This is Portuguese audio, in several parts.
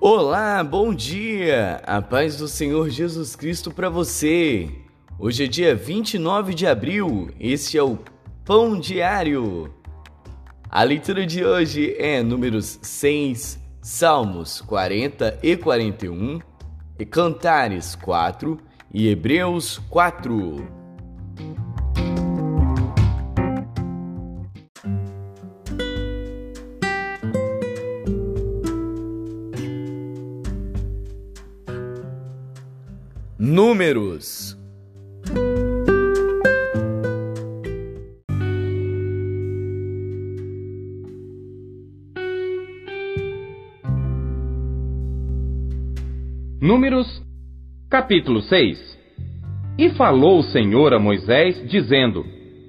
Olá, bom dia! A paz do Senhor Jesus Cristo para você! Hoje é dia 29 de abril, este é o Pão Diário. A leitura de hoje é Números 6, Salmos 40 e 41, e Cantares 4 e Hebreus 4. Números. Números, capítulo 6. E falou o Senhor a Moisés, dizendo: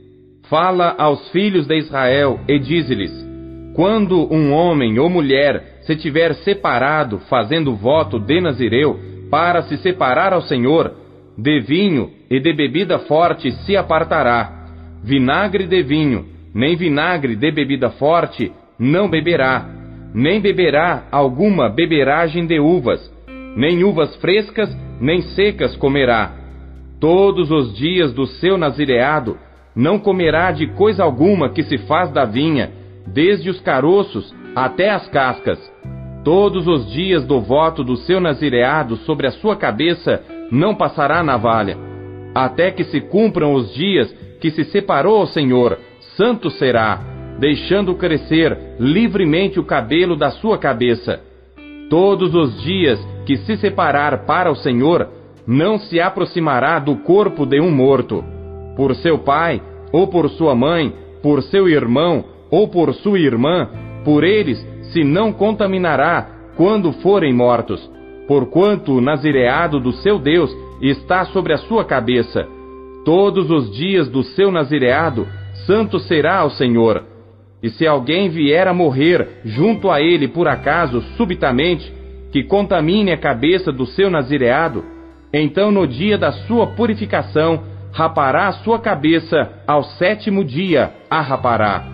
Fala aos filhos de Israel e dize-lhes: Quando um homem ou mulher se tiver separado, fazendo voto de Nazireu, para se separar ao Senhor, de vinho e de bebida forte se apartará. Vinagre de vinho, nem vinagre de bebida forte não beberá, nem beberá alguma beberagem de uvas, nem uvas frescas, nem secas comerá. Todos os dias do seu nazireado não comerá de coisa alguma que se faz da vinha, desde os caroços até as cascas. Todos os dias do voto do seu nazireado sobre a sua cabeça não passará navalha, até que se cumpram os dias que se separou ao Senhor, santo será, deixando crescer livremente o cabelo da sua cabeça. Todos os dias que se separar para o Senhor, não se aproximará do corpo de um morto, por seu pai, ou por sua mãe, por seu irmão, ou por sua irmã, por eles se não contaminará quando forem mortos, porquanto o nazireado do seu Deus está sobre a sua cabeça. Todos os dias do seu nazireado, santo será ao Senhor. E se alguém vier a morrer junto a ele por acaso, subitamente, que contamine a cabeça do seu nazireado, então no dia da sua purificação, rapará a sua cabeça, ao 7º dia a rapará.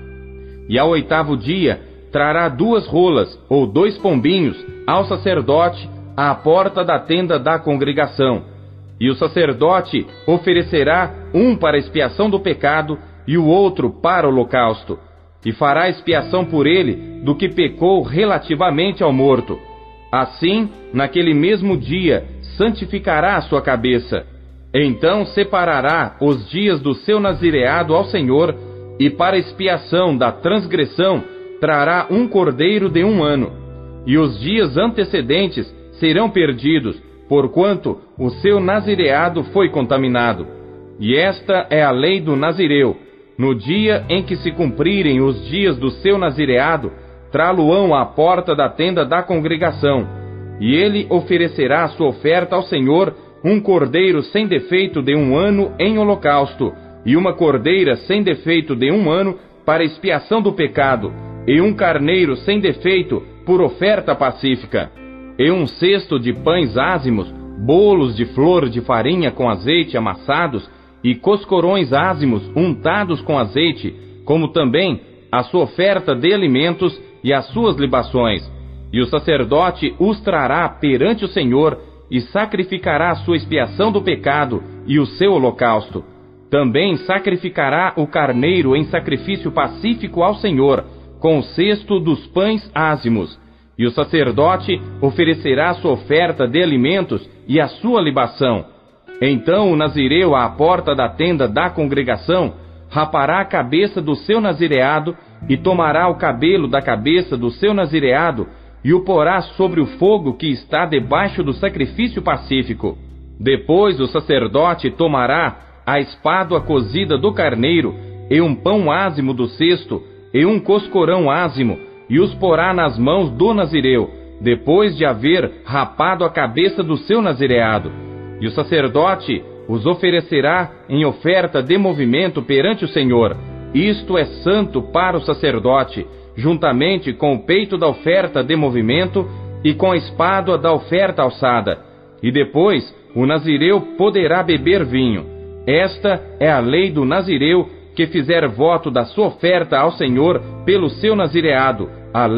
E ao 8º dia, trará 2 rolas, ou 2 pombinhos, ao sacerdote, à porta da tenda da congregação. E o sacerdote oferecerá um para expiação do pecado, e o outro para o holocausto. E fará expiação por ele do que pecou relativamente ao morto. Assim, naquele mesmo dia, santificará a sua cabeça. Então separará os dias do seu nazireado ao Senhor, e para expiação da transgressão, trará um cordeiro de 1 ano, e os dias antecedentes serão perdidos, porquanto o seu nazireado foi contaminado. E esta é a lei do nazireu: no dia em que se cumprirem os dias do seu nazireado, trá-lo-ão à porta da tenda da congregação, e ele oferecerá a sua oferta ao Senhor, um cordeiro sem defeito de 1 ano em holocausto, e uma cordeira sem defeito de 1 ano para expiação do pecado, e um carneiro sem defeito por oferta pacífica, e 1 cesto de pães ázimos, bolos de flor de farinha com azeite amassados, e coscorões ázimos untados com azeite, como também a sua oferta de alimentos e as suas libações. E o sacerdote os trará perante o Senhor, e sacrificará a sua expiação do pecado e o seu holocausto. Também sacrificará o carneiro em sacrifício pacífico ao Senhor, com o cesto dos pães ázimos. E o sacerdote oferecerá a sua oferta de alimentos e a sua libação. Então o nazireu à porta da tenda da congregação rapará a cabeça do seu nazireado, e tomará o cabelo da cabeça do seu nazireado, e o porá sobre o fogo que está debaixo do sacrifício pacífico. Depois o sacerdote tomará a espádua cozida do carneiro, e um pão ázimo do cesto, e um coscorão ázimo, e os porá nas mãos do nazireu, depois de haver rapado a cabeça do seu nazireado. E o sacerdote os oferecerá em oferta de movimento perante o Senhor. Isto é santo para o sacerdote, juntamente com o peito da oferta de movimento e com a espádua da oferta alçada. E depois o nazireu poderá beber vinho. Esta é a lei do nazireu que fizer voto da sua oferta ao Senhor pelo seu nazireado, além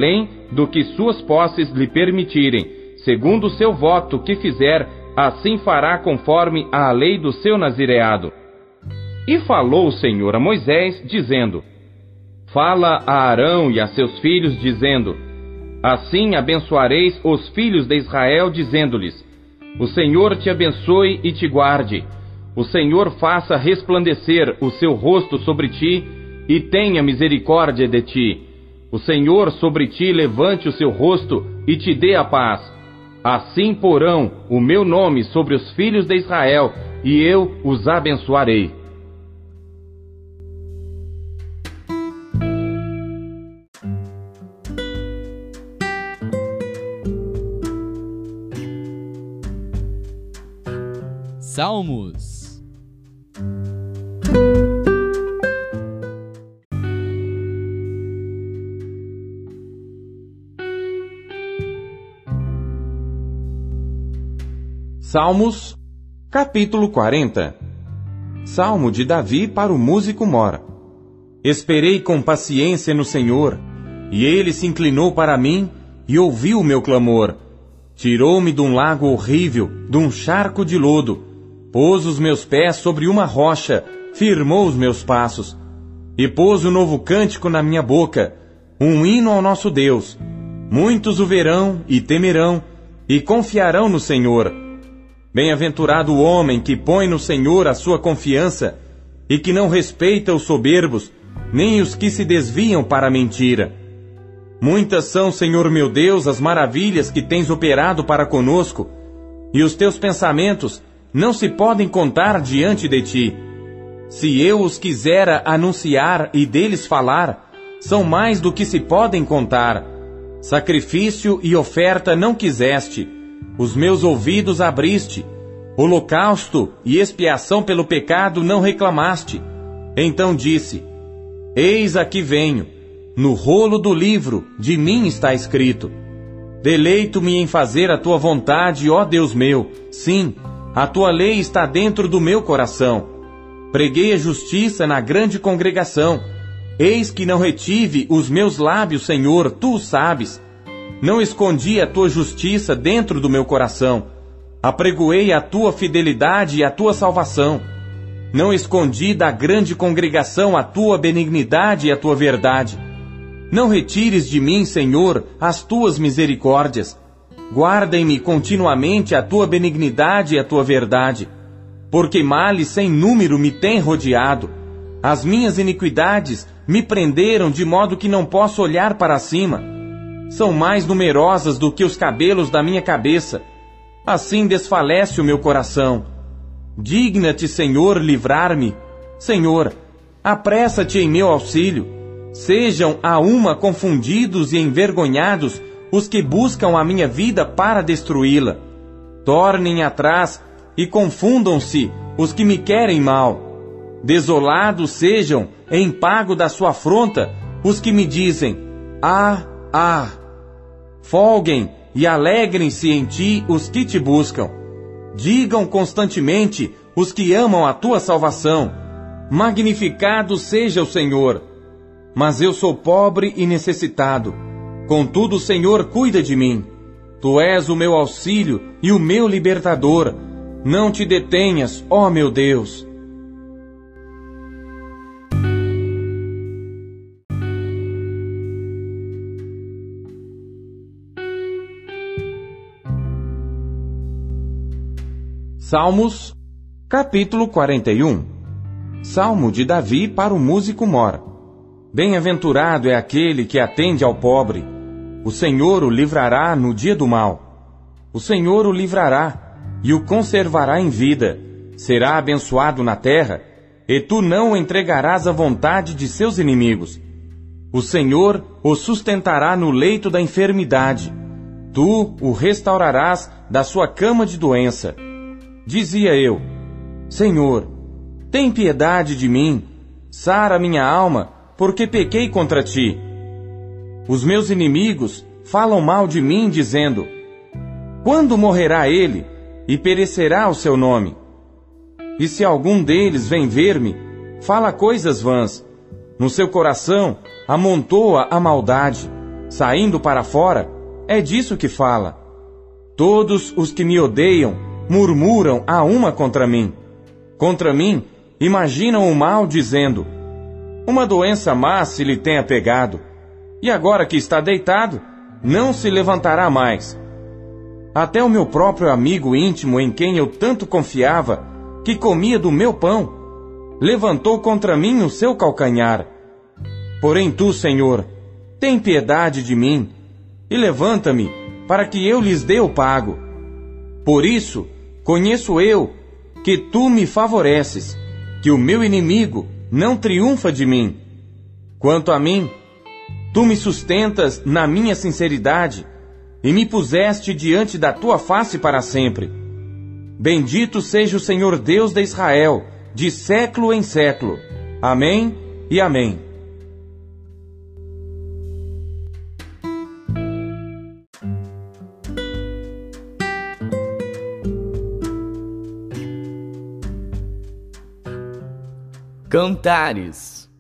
do que suas posses lhe permitirem, segundo o seu voto que fizer, assim fará conforme à lei do seu nazireado. E falou o Senhor a Moisés, dizendo: Fala a Arão e a seus filhos, dizendo: Assim abençoareis os filhos de Israel, dizendo-lhes: O Senhor te abençoe e te guarde. O Senhor faça resplandecer o seu rosto sobre ti e tenha misericórdia de ti. O Senhor sobre ti levante o seu rosto e te dê a paz. Assim porão o meu nome sobre os filhos de Israel, e eu os abençoarei. Salmos. Salmos, capítulo 40. Salmo de Davi para o músico mor. Esperei com paciência no Senhor, e ele se inclinou para mim e ouviu o meu clamor. Tirou-me de um lago horrível, de um charco de lodo, pôs os meus pés sobre uma rocha, firmou os meus passos, e pôs um novo cântico na minha boca, um hino ao nosso Deus. Muitos o verão e temerão, e confiarão no Senhor. Bem-aventurado o homem que põe no Senhor a sua confiança, e que não respeita os soberbos, nem os que se desviam para a mentira. Muitas são, Senhor meu Deus, as maravilhas que tens operado para conosco, e os teus pensamentos não se podem contar diante de ti. Se eu os quisera anunciar e deles falar, são mais do que se podem contar. Sacrifício e oferta não quiseste, os meus ouvidos abriste. Holocausto e expiação pelo pecado não reclamaste. Então disse: Eis aqui venho. No rolo do livro de mim está escrito: Deleito-me em fazer a tua vontade, ó Deus meu. Sim, a tua lei está dentro do meu coração. Preguei a justiça na grande congregação. Eis que não retive os meus lábios, Senhor, tu o sabes. Não escondi a tua justiça dentro do meu coração. Apregoei a tua fidelidade e a tua salvação. Não escondi da grande congregação a tua benignidade e a tua verdade. Não retires de mim, Senhor, as tuas misericórdias. Guarda-me continuamente a tua benignidade e a tua verdade. Porque males sem número me têm rodeado. As minhas iniquidades me prenderam de modo que não posso olhar para cima. São mais numerosas do que os cabelos da minha cabeça. Assim desfalece o meu coração. Digna-te, Senhor, livrar-me. Senhor, apressa-te em meu auxílio. Sejam a uma confundidos e envergonhados os que buscam a minha vida para destruí-la. Tornem atrás e confundam-se os que me querem mal. Desolados sejam, em pago da sua afronta, os que me dizem: Ah, ah! Folguem e alegrem-se em ti os que te buscam. Digam constantemente os que amam a tua salvação: Magnificado seja o Senhor. Mas eu sou pobre e necessitado. Contudo, o Senhor cuida de mim. Tu és o meu auxílio e o meu libertador. Não te detenhas, ó meu Deus. Salmos, capítulo 41. Salmo de Davi para o músico mor. Bem-aventurado é aquele que atende ao pobre. O Senhor o livrará no dia do mal. O Senhor o livrará e o conservará em vida. Será abençoado na terra, e tu não o entregarás à vontade de seus inimigos. O Senhor o sustentará no leito da enfermidade. Tu o restaurarás da sua cama de doença. Dizia eu: Senhor, tem piedade de mim, sara minha alma, porque pequei contra ti. Os meus inimigos falam mal de mim, dizendo: Quando morrerá ele, e perecerá o seu nome? E se algum deles vem ver-me, fala coisas vãs. No seu coração amontoa a maldade. saindo para fora, é disso que fala. Todos os que me odeiam murmuram a uma contra mim. Contra mim, imaginam o mal, dizendo: uma doença má se lhe tenha pegado, e agora que está deitado, não se levantará mais. Até o meu próprio amigo íntimo, em quem eu tanto confiava, que comia do meu pão, levantou contra mim o seu calcanhar. Porém tu, Senhor, tem piedade de mim, e levanta-me, para que eu lhes dê o pago. Por isso, conheço eu que tu me favoreces, que o meu inimigo não triunfa de mim. Quanto a mim, tu me sustentas na minha sinceridade, e me puseste diante da tua face para sempre. Bendito seja o Senhor Deus de Israel, de século em século. Amém e amém. Cantares.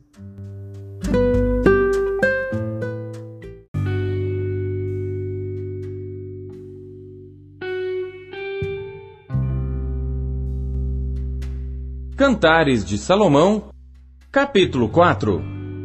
Cantares de Salomão, capítulo 4.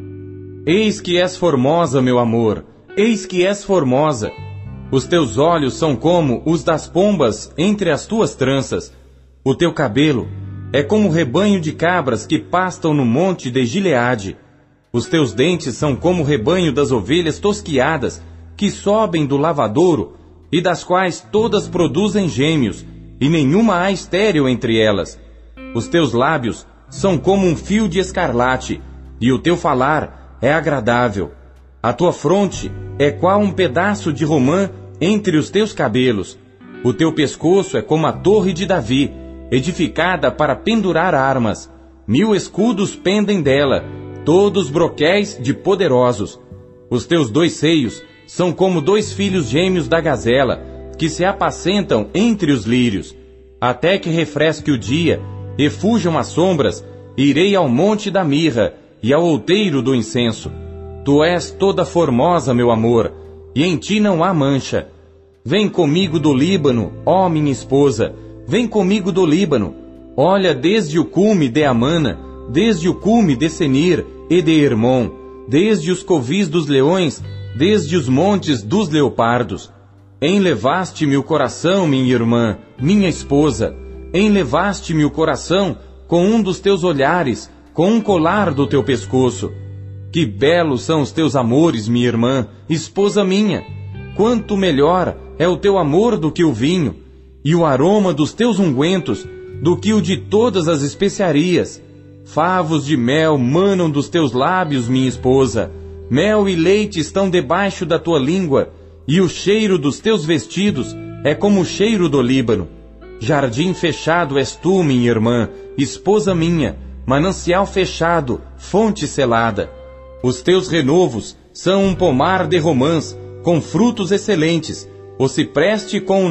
Eis que és formosa, meu amor, eis que és formosa. Os teus olhos são como os das pombas entre as tuas tranças. O teu cabelo é como o rebanho de cabras que pastam no monte de Gileade. Os teus dentes são como o rebanho das ovelhas tosquiadas, que sobem do lavadouro, e das quais todas produzem gêmeos, e nenhuma há estéril entre elas. Os teus lábios são como um fio de escarlate, e o teu falar é agradável. A tua fronte é qual um pedaço de romã entre os teus cabelos. O teu pescoço é como a torre de Davi, edificada para pendurar armas. 1000 escudos pendem dela, todos broquéis de poderosos. Os teus 2 seios são como 2 filhos gêmeos da gazela, que se apacentam entre os lírios. Até que refresque o dia, e fujam as sombras, irei ao monte da mirra, e ao outeiro do incenso. Tu és toda formosa, meu amor, e em ti não há mancha. Vem comigo do Líbano, ó minha esposa, vem comigo do Líbano. Olha desde o cume de Amana, desde o cume de Senir e de Hermon, desde os covis dos leões, desde os montes dos leopardos. Enlevaste-me o coração, minha irmã, minha esposa. Enlevaste-me o coração com um dos teus olhares, com um colar do teu pescoço. Que belos são os teus amores, minha irmã, esposa minha. Quanto melhor é o teu amor do que o vinho, e o aroma dos teus ungüentos do que o de todas as especiarias. Favos de mel manam dos teus lábios, minha esposa. Mel e leite estão debaixo da tua língua, e o cheiro dos teus vestidos é como o cheiro do Líbano. Jardim fechado és tu, minha irmã, esposa minha, manancial fechado, fonte selada. Os teus renovos são um pomar de romãs, com frutos excelentes, o cipreste com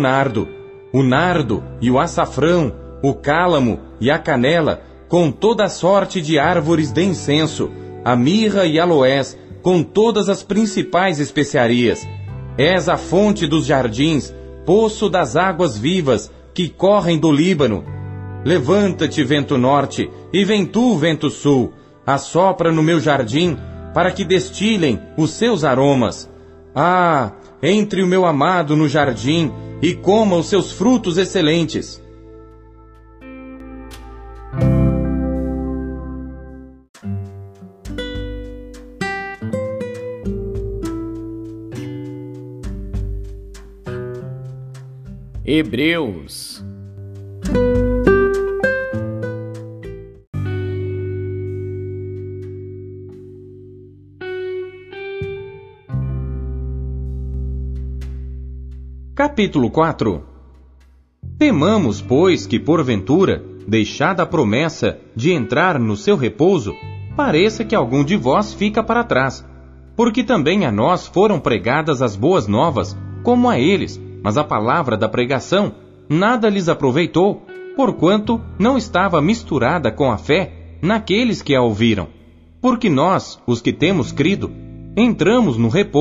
o nardo e o açafrão, o cálamo e a canela, com toda a sorte de árvores de incenso, a mirra e aloés, com todas as principais especiarias. És a fonte dos jardins, poço das águas vivas, que correm do Líbano. Levanta-te, vento norte, e vem tu, vento sul, assopra no meu jardim, para que destilem os seus aromas. Ah, entre o meu amado no jardim, e coma os seus frutos excelentes. Hebreus. Capítulo 4. Temamos, pois, que porventura, deixada a promessa de entrar no seu repouso, pareça que algum de vós fica para trás, porque também a nós foram pregadas as boas novas, como a eles, mas a palavra da pregação nada lhes aproveitou, porquanto não estava misturada com a fé naqueles que a ouviram. Porque nós, os que temos crido, entramos no repouso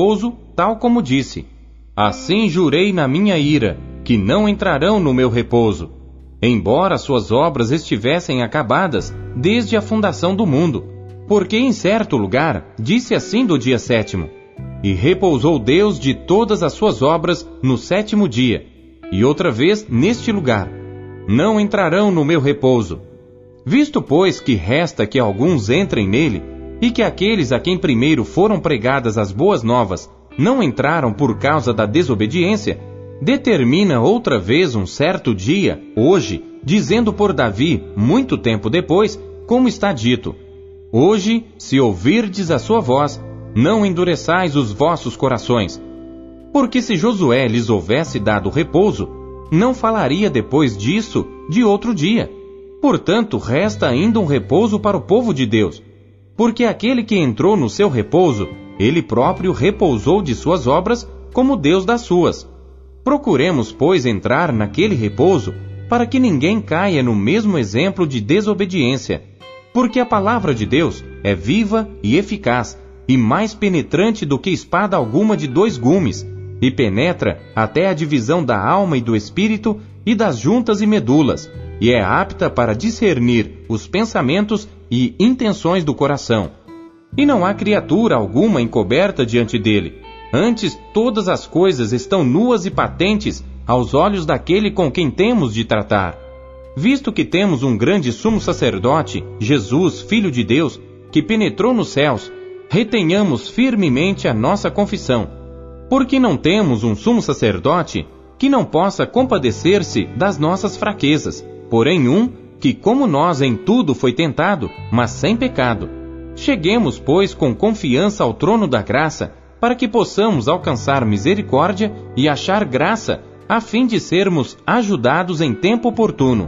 tal como disse: Assim jurei na minha ira, que não entrarão no meu repouso, embora suas obras estivessem acabadas desde a fundação do mundo. Porque em certo lugar disse assim do dia sétimo: E repousou Deus de todas as suas obras no sétimo dia. E outra vez neste lugar: Não entrarão no meu repouso. Visto, pois, que resta que alguns entrem nele, e que aqueles a quem primeiro foram pregadas as boas novas não entraram por causa da desobediência, determina outra vez um certo dia, hoje, dizendo por Davi, muito tempo depois, como está dito: Hoje, se ouvirdes a sua voz, não endureçais os vossos corações. Porque se Josué lhes houvesse dado repouso, não falaria depois disso de outro dia. Portanto, resta ainda um repouso para o povo de Deus. Porque aquele que entrou no seu repouso, ele próprio repousou de suas obras, como Deus das suas. Procuremos, pois, entrar naquele repouso, para que ninguém caia no mesmo exemplo de desobediência. Porque a palavra de Deus é viva e eficaz, e mais penetrante do que espada alguma de 2 gumes, e penetra até a divisão da alma e do espírito, e das juntas e medulas, e é apta para discernir os pensamentos e intenções do coração. E não há criatura alguma encoberta diante dele. Antes, todas as coisas estão nuas e patentes aos olhos daquele com quem temos de tratar. Visto que temos um grande sumo sacerdote, Jesus, Filho de Deus, que penetrou nos céus, retenhamos firmemente a nossa confissão. Porque não temos um sumo sacerdote que não possa compadecer-se das nossas fraquezas, porém que como nós em tudo foi tentado, mas sem pecado. Cheguemos, pois, com confiança ao trono da graça, para que possamos alcançar misericórdia e achar graça, a fim de sermos ajudados em tempo oportuno.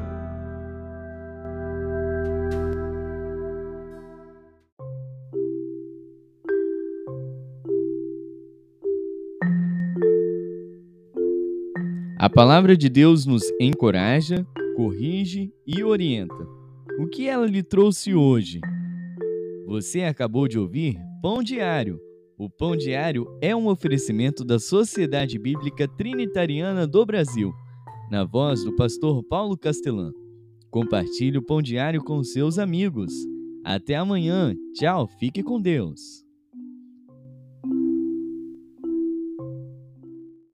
A palavra de Deus nos encoraja, corrige e orienta. O que ela lhe trouxe hoje? Você acabou de ouvir Pão Diário. O Pão Diário é um oferecimento da Sociedade Bíblica Trinitariana do Brasil, na voz do pastor Paulo Castelã. Compartilhe o Pão Diário com seus amigos. Até amanhã. Tchau, fique com Deus.